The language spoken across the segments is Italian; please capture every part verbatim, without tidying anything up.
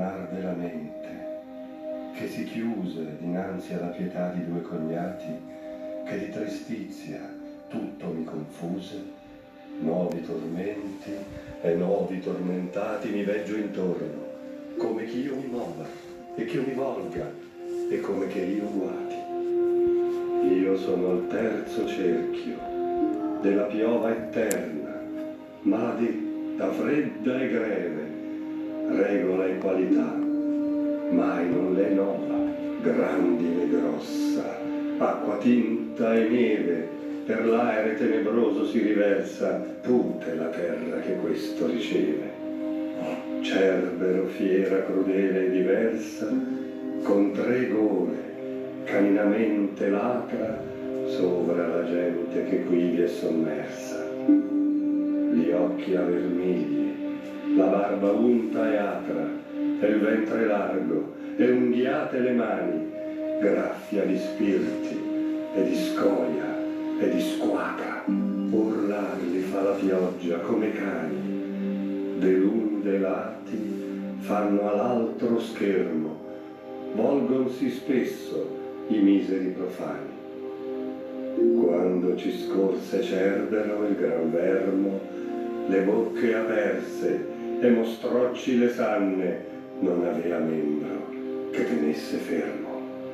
mar della mente, che si chiuse dinanzi alla pietà di due cognati, che di tristizia tutto mi confuse, nuovi tormenti e nuovi tormentati mi veggio intorno, come che io mi mova e che io mi volga e come che io guati. Io sono al terzo cerchio della piova eterna, ma di da fredda e greve, regola e qualità, mai non l'è nova, grandine grossa, acqua tinta e neve, per l'aere tenebroso si riversa, pute la terra che questo riceve. Cerbero fiera, crudele e diversa, con tre gole, caninamente lacra, sovra la gente che qui vi è sommersa. Gli occhi a vermigli, la barba unta e acra, e il ventre largo, e unghiate le mani, graffia di spiriti, e di scoia, e di squacra. Urlarli fa la pioggia come cani, de l'un de lati fanno all'altro schermo, volgonsi spesso i miseri profani. Quando ci scorse Cerbero il gran vermo, le bocche aperse e mostrocci le sanne, non avea membro che tenesse fermo.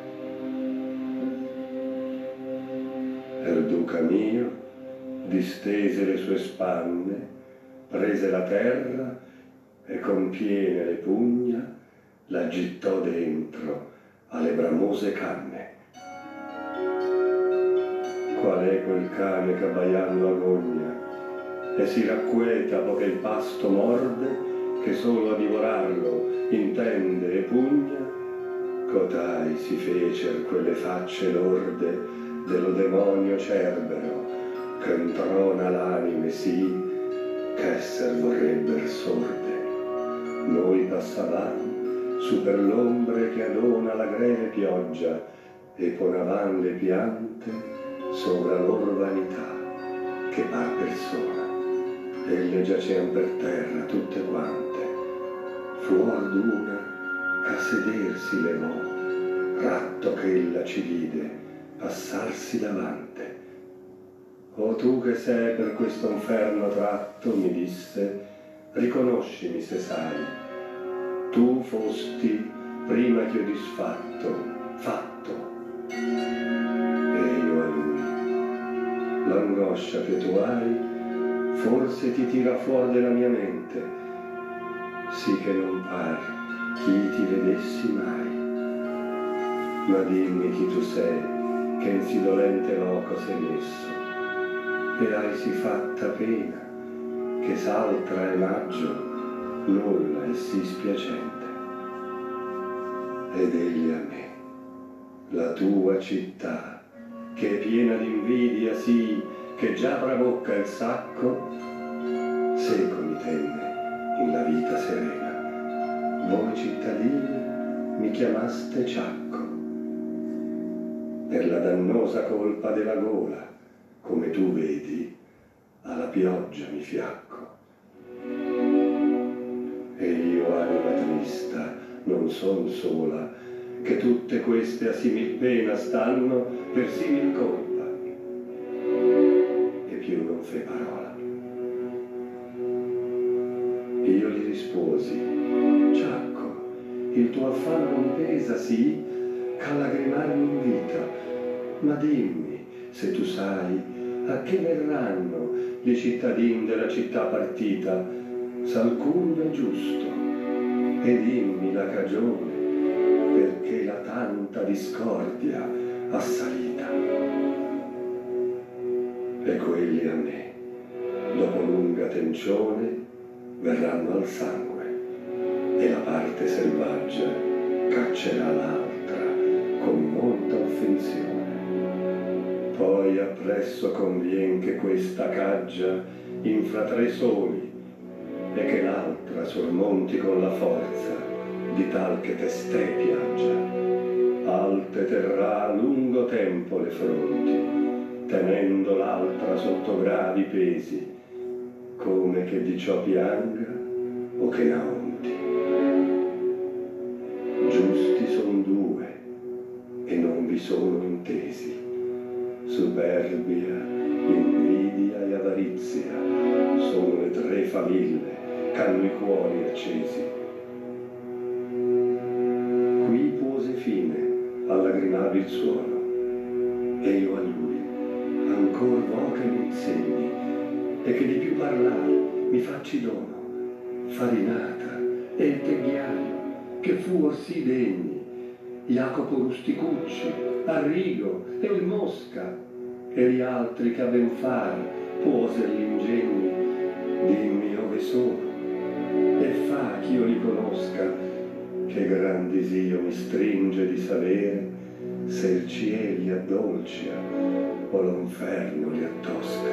Il duca mio distese le sue spanne, prese la terra e con piene le pugna la gittò dentro alle bramose canne. Qual è quel cane che abbaiando agogna e si racqueta poiché il pasto morde, che solo a divorarlo intende e pugna? Cotai si fecer quelle facce lorde dello demonio Cerbero, che introna l'anime sì che esser vorrebber sorde. Noi passavam su per l'ombre che adona la greve pioggia e ponavam le piante sopra lor vanità che par persona. Elle giacean per terra tutte quante, fuor d'una ch'a sedersi levò, ratto che ella ci vide passarsi davante. O tu che sei per questo inferno tratto, mi disse, riconoscimi se sai, tu fosti prima che ho disfatto, fatto. E io a lui, l'angoscia che tu hai forse ti tira fuori della mia mente, sì che non par chi ti vedessi mai. Ma dimmi chi tu sei, che in sì dolente loco sei messo, e hai sì fatta pena, che s'altra è maggio, nulla è sì spiacente. Ed egli a me, la tua città, che è piena d'invidia, sì, che già trabocca il sacco, seco mi tenne in la vita serena. Voi cittadini mi chiamaste Ciacco, per la dannosa colpa della gola, come tu vedi, alla pioggia mi fiacco. E io, anima trista, non son sola, che tutte queste a simil pena stanno per simil colpa. E più non fe parola. Io gli risposi, Ciacco, il tuo affanno non pesa, sì, ch'a lagrimar mi invita, ma dimmi, se tu sai, a che verranno i cittadini della città partita, s'alcun è giusto, e dimmi la cagione, perché la tanta discordia assalita. E quelli a me, dopo lunga tencione, verranno al sangue, e la parte selvaggia caccerà l'altra con molta offensione. Poi appresso convien che questa caggia infra tre soli, e che l'altra sormonti con la forza di tal che testè piaggia. Alte terrà a lungo tempo le fronti, tenendo l'altra sotto gravi pesi, come che di ciò pianga o che n'aonti. sono intesi. Superbia, invidia e avarizia sono le tre famiglie che hanno i cuori accesi. Qui pose fine al lagrinabil suono, e io a lui ancor vo che mi insegni, e che di più parlare mi facci dono, farinata e il tegghiaio che fuor sì degni, Jacopo Rusticucci, Arrigo e il Mosca, e gli altri che a ben far puoser gli ingegni. Dimmi ove sono, e fa ch'io li conosca, che gran disio mi stringe di sapere se il cielo li addolcia o l'inferno li attosca.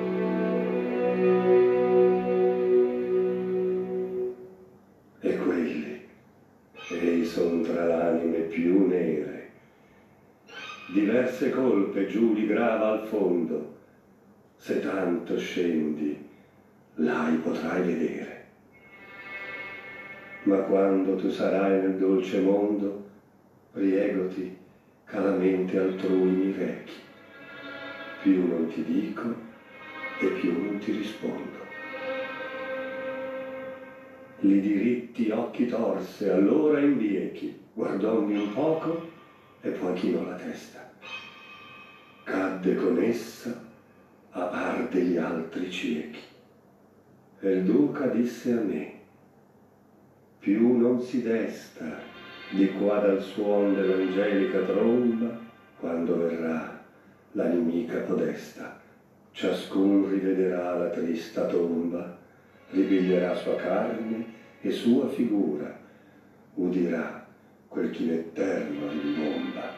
E quelli, ei son tra l'anime più nere, diverse colpe giù li grava al fondo, se tanto scendi, là i potrai vedere. Ma quando tu sarai nel dolce mondo, priegoti che la mente altrui mi rechi, più non ti dico e più non ti rispondo. Li diritti occhi torse, allora imbiechi, guardòmi un poco e poi chinò la testa. Cadde con essa a par degli altri ciechi. E il duca disse a me: più non si desta di qua dal suon dell'angelica tromba, quando verrà la nemica podesta, ciascun rivederà la trista tomba, ripiglierà sua carne e sua figura, udirà quel chi in eterno rimbomba.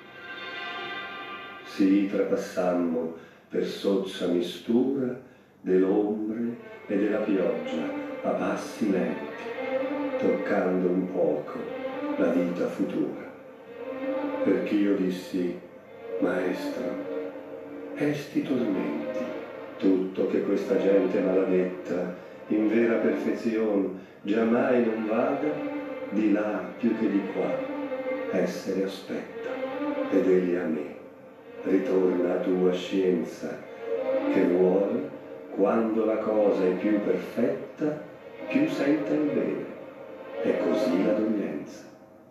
Sì, trapassammo per sozza mistura dell'ombre e della pioggia a passi lenti, toccando un poco la vita futura. Perch'io dissi: maestro, esti tormenti, tutto che questa gente maladetta in vera perfezione giammai non vada di là più che di qua, essere aspetta, ed egli a me ritorna a tua scienza, che vuole, quando la cosa è più perfetta, più senta il bene, e così la doglienza.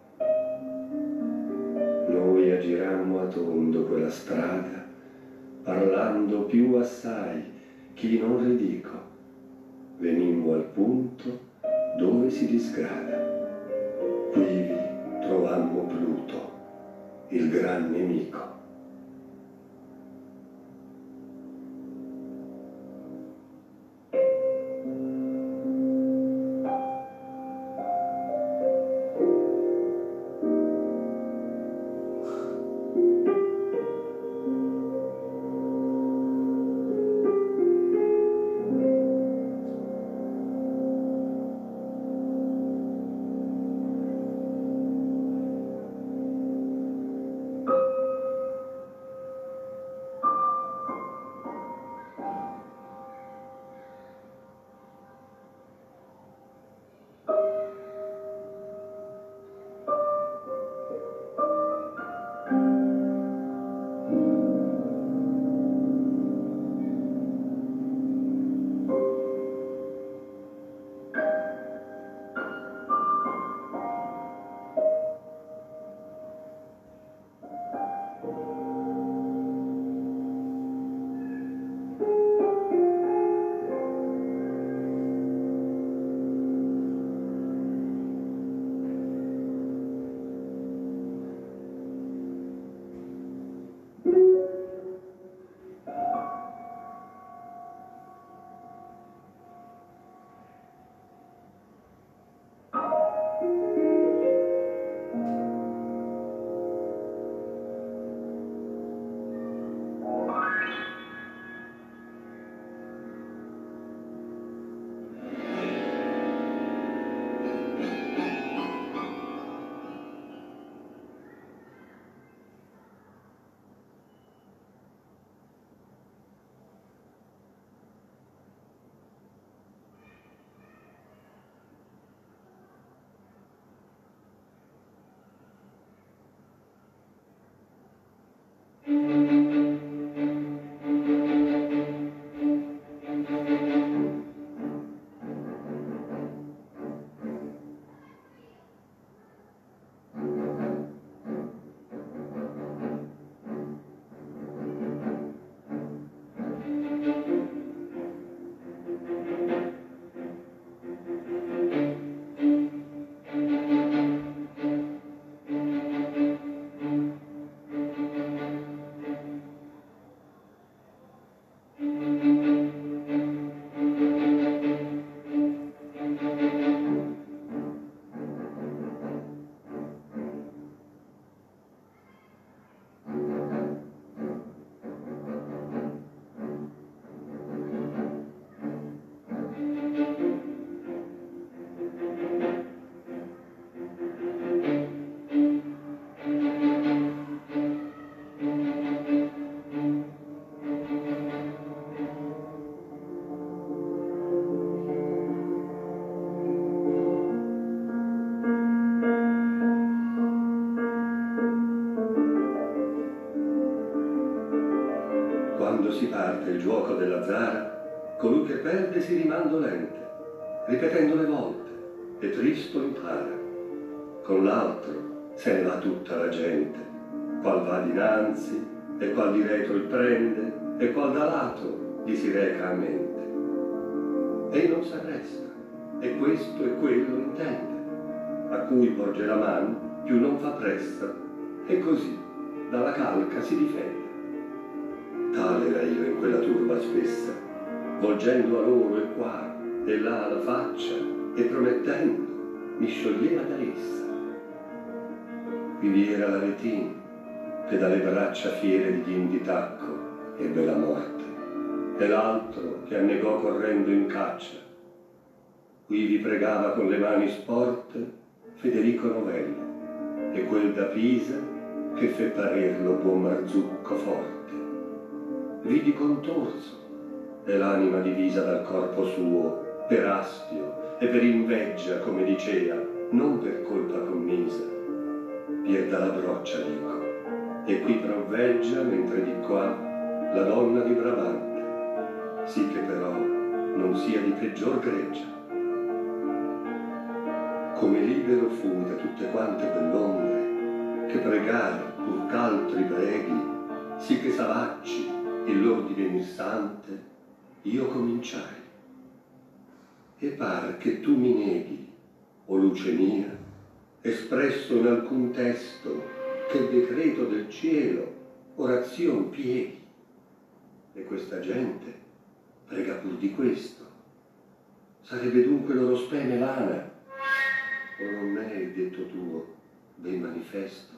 Noi aggirammo a tondo quella strada, parlando più assai chi non ridico, venimmo al punto dove si disgrada. Quivi trovammo Pluto, il gran nemico. si parte il giuoco della zara, colui che perde si rimanda dolente, ripetendo le volte, e tristo impara. Con l'altro se ne va tutta la gente, qual va dinanzi, e qual di retro il prende, e qual da lato gli si reca a mente. Ei non s'arresta, e questo e quello intende, a cui porge la mano più non fa pressa, e così dalla calca si difende. Tale era io in quella turba spessa, volgendo a loro e qua e là la faccia, e promettendo mi scioglieva da essa. Qui vi era l'Aretin, che dalle braccia fiere di Din di Tacco ebbe la morte, e l'altro che annegò correndo in caccia. Qui vi pregava con le mani sporte Federico Novello, e quel da Pisa che fe parer lo buon Marzucco forte. Vidi Contorso, e l'anima divisa dal corpo suo, per astio e per invegia, come dicea, non per colpa commisa. Pier dalla broccia, dico, e qui provveggia, mentre di qua, la donna di Brabante, sì che però non sia di peggior greggia. Come libero fui da tutte quante quell'ombre, che pregar pur ch'altri preghi, sì che savacci il lor divenir sante, io cominciai. E par che tu mi neghi, o luce mia, espresso in alcun testo, che decreto del cielo orazion pieghi. E questa gente prega pur di questo. Sarebbe dunque loro speme vana, o non è il detto tuo ben manifesto?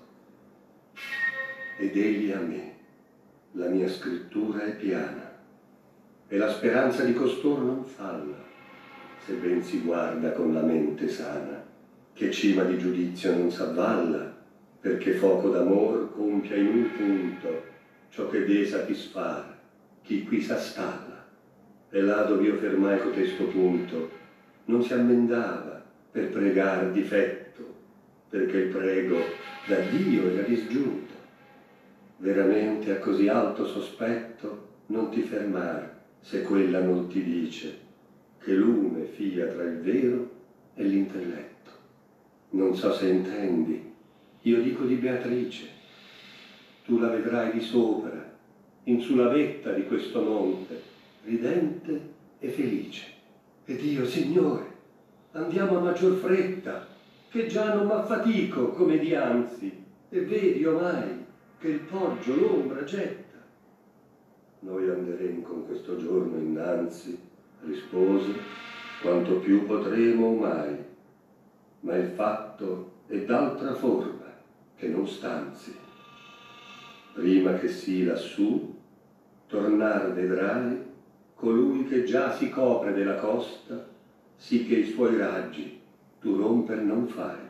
Ed egli a me, la mia scrittura è piana, e la speranza di costor non falla, se ben si guarda con la mente sana, che cima di giudizio non s'avvalla, perché foco d'amor compia in un punto ciò che dee satisfar chi qui s'astalla. E là dov'io fermai cotesto punto non si ammendava per pregar difetto, perché il prego da Dio era disgiunto. Veramente a così alto sospetto non ti fermar, se quella non ti dice che lume fia tra il vero e l'intelletto. Non so se intendi, io dico di Beatrice. Tu la vedrai di sopra, in sulla vetta di questo monte, ridente e felice. Ed io, Signore, andiamo a maggior fretta, che già non m'affatico come dianzi, e vedi omai che il poggio l'ombra getta. Noi anderemo con questo giorno innanzi, rispose, quanto più potremo omai, ma il fatto è d'altra forma che non stanzi. Prima che si lassù, tornar vedrai colui che già si copre della costa, sì che i suoi raggi tu romper non fai.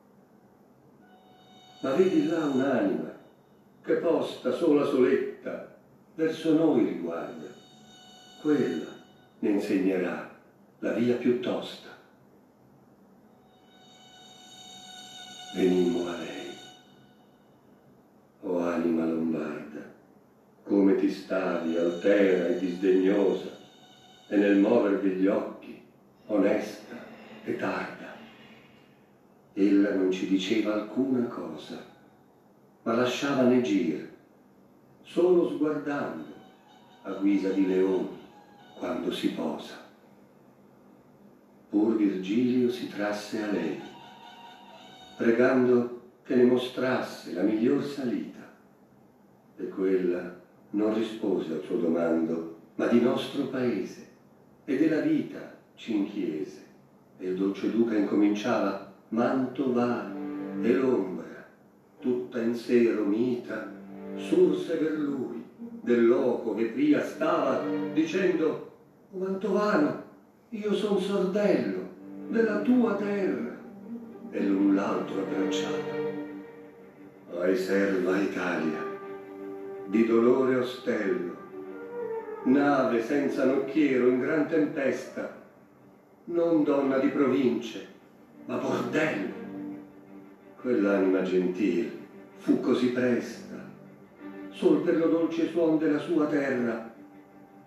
Ma vedi là un'anima che posta sola soletta verso noi riguarda. Quella ne insegnerà la via più tosta. Venimmo a lei. O anima lombarda, come ti stavi altera e disdegnosa, e nel movervi gli occhi, onesta e tarda. Ella non ci diceva alcuna cosa, ma lasciavane gir, solo sguardando, a guisa di leoni, quando si posa. Pur Virgilio si trasse a lei, pregando che ne mostrasse la miglior salita, e quella non rispose al suo domando, ma di nostro paese e della vita ci inchiese. E il dolce duca incominciava: manto va, e l'ombra, tutta in sero mita, surse per lui, del loco che pria stava, dicendo: o Mantovano, io son sordello della tua terra. E l'un l'altro abbracciava. Ai serva Italia, di dolore ostello, nave senza nocchiero in gran tempesta, non donna di province, ma bordello. Quell'anima gentil fu così presta, sol per lo dolce suon della sua terra,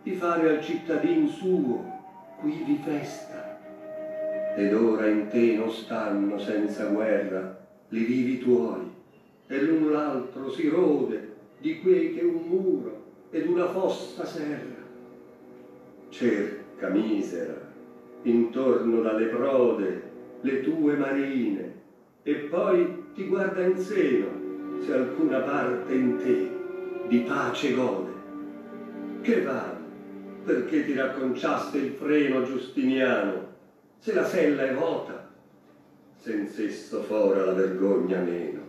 di fare al cittadin suo quivi festa. Ed ora in te non stanno senza guerra li vivi tuoi, e l'un l'altro si rode di quei che un muro ed una fossa serra. Cerca, misera, intorno dalle prode le tue marine, e poi ti guarda in seno se alcuna parte in te di pace gode. Che va, perché ti racconciaste il freno giustiniano, se la sella è vota, senza esso fora la vergogna meno.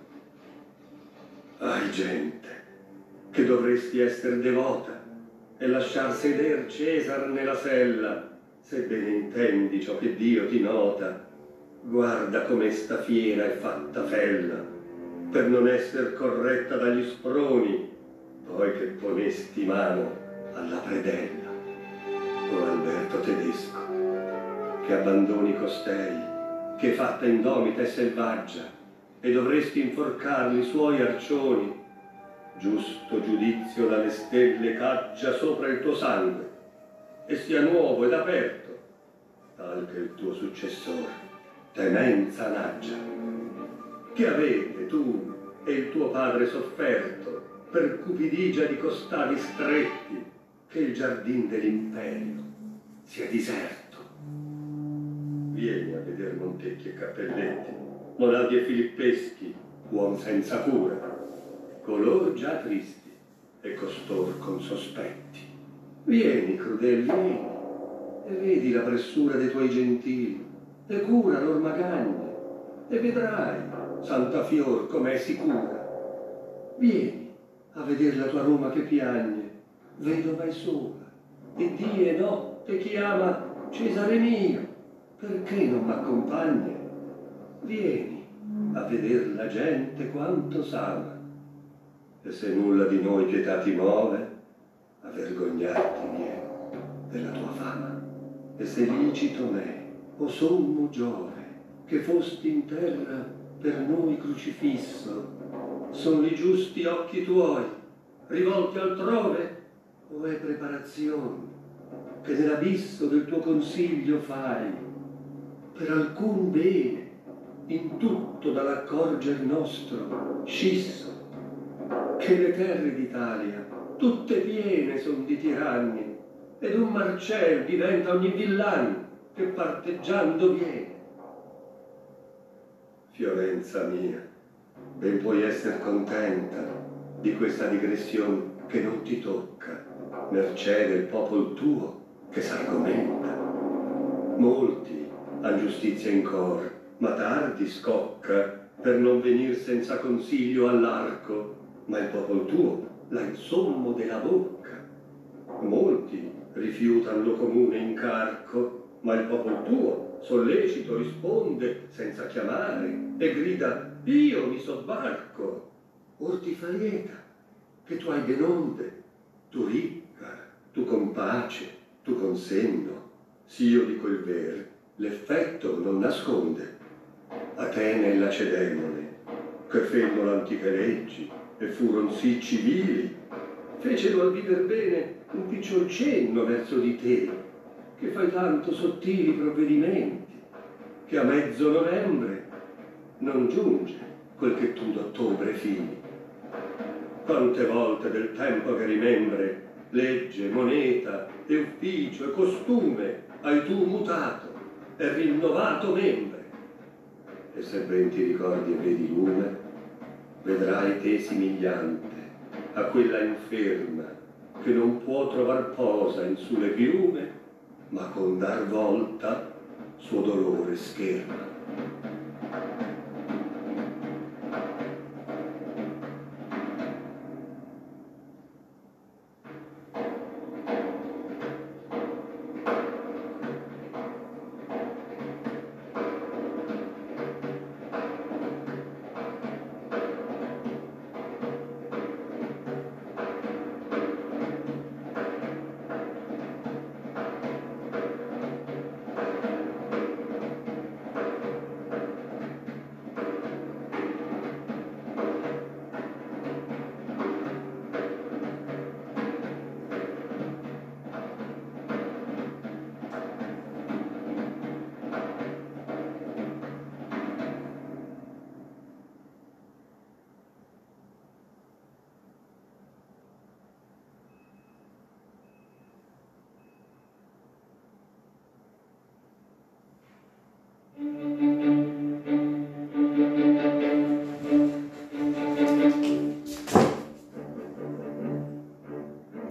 Ai gente, che dovresti esser devota e lasciar seder Cesar nella sella, se bene intendi ciò che Dio ti nota. Guarda come sta fiera è fatta fella, per non esser corretta dagli sproni, poi che ponesti mano alla predella. O Alberto Tedesco, che abbandoni costei, che fatta indomita e selvaggia, e dovresti inforcarli i suoi arcioni. Giusto giudizio dalle stelle caggia sopra il tuo sangue, e sia nuovo ed aperto, tal che il tuo successore temenza naggia. Che avete tu e il tuo padre sofferto per cupidigia di costavi stretti, che il giardin dell'imperio sia diserto? Vieni a veder Montecchi e Cappelletti, Monaldi e Filippeschi, uom senza cura, color già tristi e costor con sospetti. Vieni, crudel, vieni, e vedi la pressura dei tuoi gentili, e cura lor magagne, e vedrai, Santa Fior, com'è sicura. Vieni a veder la tua Roma che piagne, vedova e sola, e dì e notte chiama Cesare mio, perché non m'accompagna? Vieni a veder la gente quanto s'ama, e se nulla di noi pietà ti muove, a vergognarti viene della tua fama. E se licito m'è, o sommo Giove, che fosti in terra per noi crocifisso, son li giusti occhi tuoi rivolti altrove, o è preparazione che nell'abisso del tuo consiglio fai per alcun bene in tutto dall'accorger nostro scisso? Che le terre d'Italia tutte piene son di tiranni, ed un Marcel diventa ogni villan che parteggiando viene. Fiorenza mia, ben puoi esser contenta di questa digressione che non ti tocca, mercé del popol tuo che s'argomenta. Molti han giustizia in cor, ma tardi scocca per non venir senza consiglio all'arco, ma il popol tuo l'ha il sommo della bocca. Molti rifiutan lo comune incarco, ma il popol tuo sollecito risponde senza chiamare e grida: io mi sobbarco. Or ti fa lieta che tu hai ben onde, tu ricca, tu con pace, tu con senno, s'io dico il ver, l'effetto non nasconde. Atene e Lacedemone, che fenno l'antiche leggi e furon sì civili, fecero al viver bene un picciol cenno verso di te, che fai tanto sottili provvedimenti, che a mezzo novembre non giunge quel che tu d'ottobre fini. Quante volte del tempo che rimembre, legge, moneta e ufficio e costume hai tu mutato e rinnovato membre. E se ben ti ricordi e vedi lume, vedrai te simigliante a quella inferma che non può trovar posa in sulle piume, ma con dar volta suo dolore scherma.